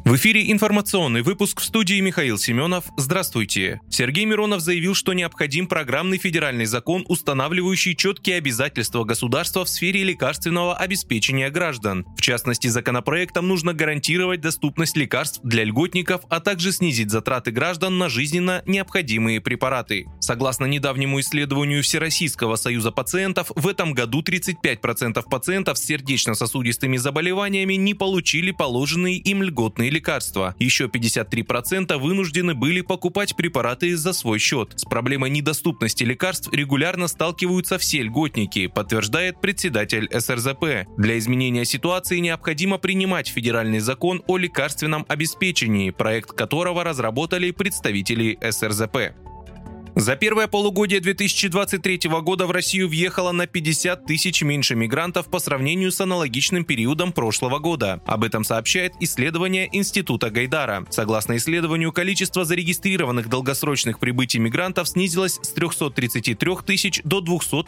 В эфире информационный выпуск, в студии Михаил Семенов. Здравствуйте. Сергей Миронов заявил, что необходим программный федеральный закон, устанавливающий четкие обязательства государства в сфере лекарственного обеспечения граждан. В частности, законопроектом нужно гарантировать доступность лекарств для льготников, а также снизить затраты граждан на жизненно необходимые препараты. Согласно недавнему исследованию Всероссийского союза пациентов, в этом году 35% пациентов с сердечно-сосудистыми заболеваниями не получили положенные им льготные лекарства. Еще 53% вынуждены были покупать препараты за свой счет. С проблемой недоступности лекарств регулярно сталкиваются все льготники, подтверждает председатель СРЗП. Для изменения ситуации необходимо принимать федеральный закон о лекарственном обеспечении, проект которого разработали представители СРЗП. За первое полугодие 2023 года в Россию въехало на 50 тысяч меньше мигрантов по сравнению с аналогичным периодом прошлого года. Об этом сообщает исследование Института Гайдара. Согласно исследованию, количество зарегистрированных долгосрочных прибытий мигрантов снизилось с 333 тысяч до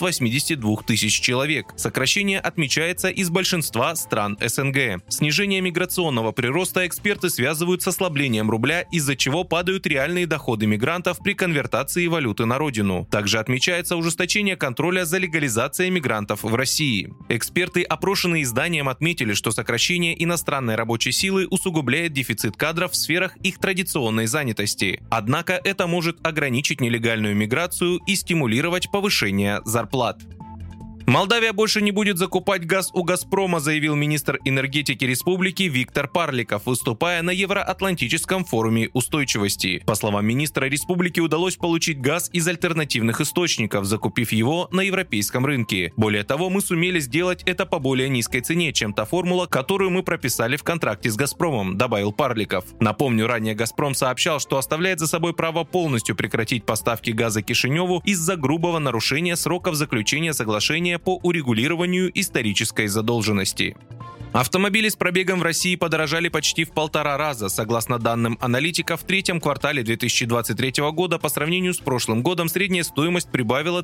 282 тысяч человек. Сокращение отмечается из большинства стран СНГ. Снижение миграционного прироста эксперты связывают с ослаблением рубля, из-за чего падают реальные доходы мигрантов при конвертации валюты на родину. Также отмечается ужесточение контроля за легализацией мигрантов в России. Эксперты, опрошенные изданием, отметили, что сокращение иностранной рабочей силы усугубляет дефицит кадров в сферах их традиционной занятости. Однако это может ограничить нелегальную миграцию и стимулировать повышение зарплат. Молдавия больше не будет закупать газ у «Газпрома», заявил министр энергетики республики Виктор Парликов, выступая на Евроатлантическом форуме устойчивости. По словам министра, республике удалось получить газ из альтернативных источников, закупив его на европейском рынке. Более того, мы сумели сделать это по более низкой цене, чем та формула, которую мы прописали в контракте с «Газпромом», добавил Парликов. Напомню, ранее «Газпром» сообщал, что оставляет за собой право полностью прекратить поставки газа Кишиневу из-за грубого нарушения сроков заключения соглашения по урегулированию исторической задолженности. Автомобили с пробегом в России подорожали почти в 1,5 раза. Согласно данным аналитиков, в третьем квартале 2023 года по сравнению с прошлым годом средняя стоимость прибавила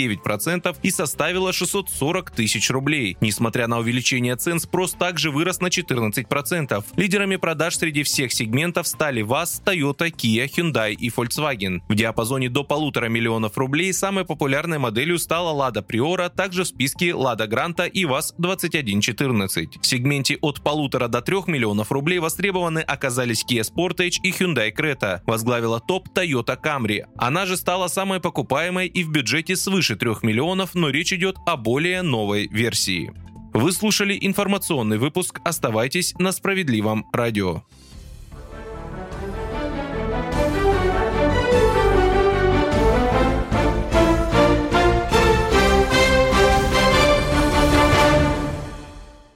39% и составила 640 тысяч рублей. Несмотря на увеличение цен, спрос также вырос на 14%. Лидерами продаж среди всех сегментов стали ВАЗ, Toyota, Kia, Hyundai и Volkswagen. В диапазоне до 1,5 миллионов рублей самой популярной моделью стала Lada Priora, также в списке Lada Granta и ВАЗ-2114. В сегменте от 1,5 до 3 миллионов рублей востребованы оказались Kia Sportage и Hyundai Creta. Возглавила топ Toyota Camry. Она же стала самой покупаемой и в бюджете свыше 3 миллионов, но речь идет о более новой версии. Вы слушали информационный выпуск. Оставайтесь на Справедливом радио.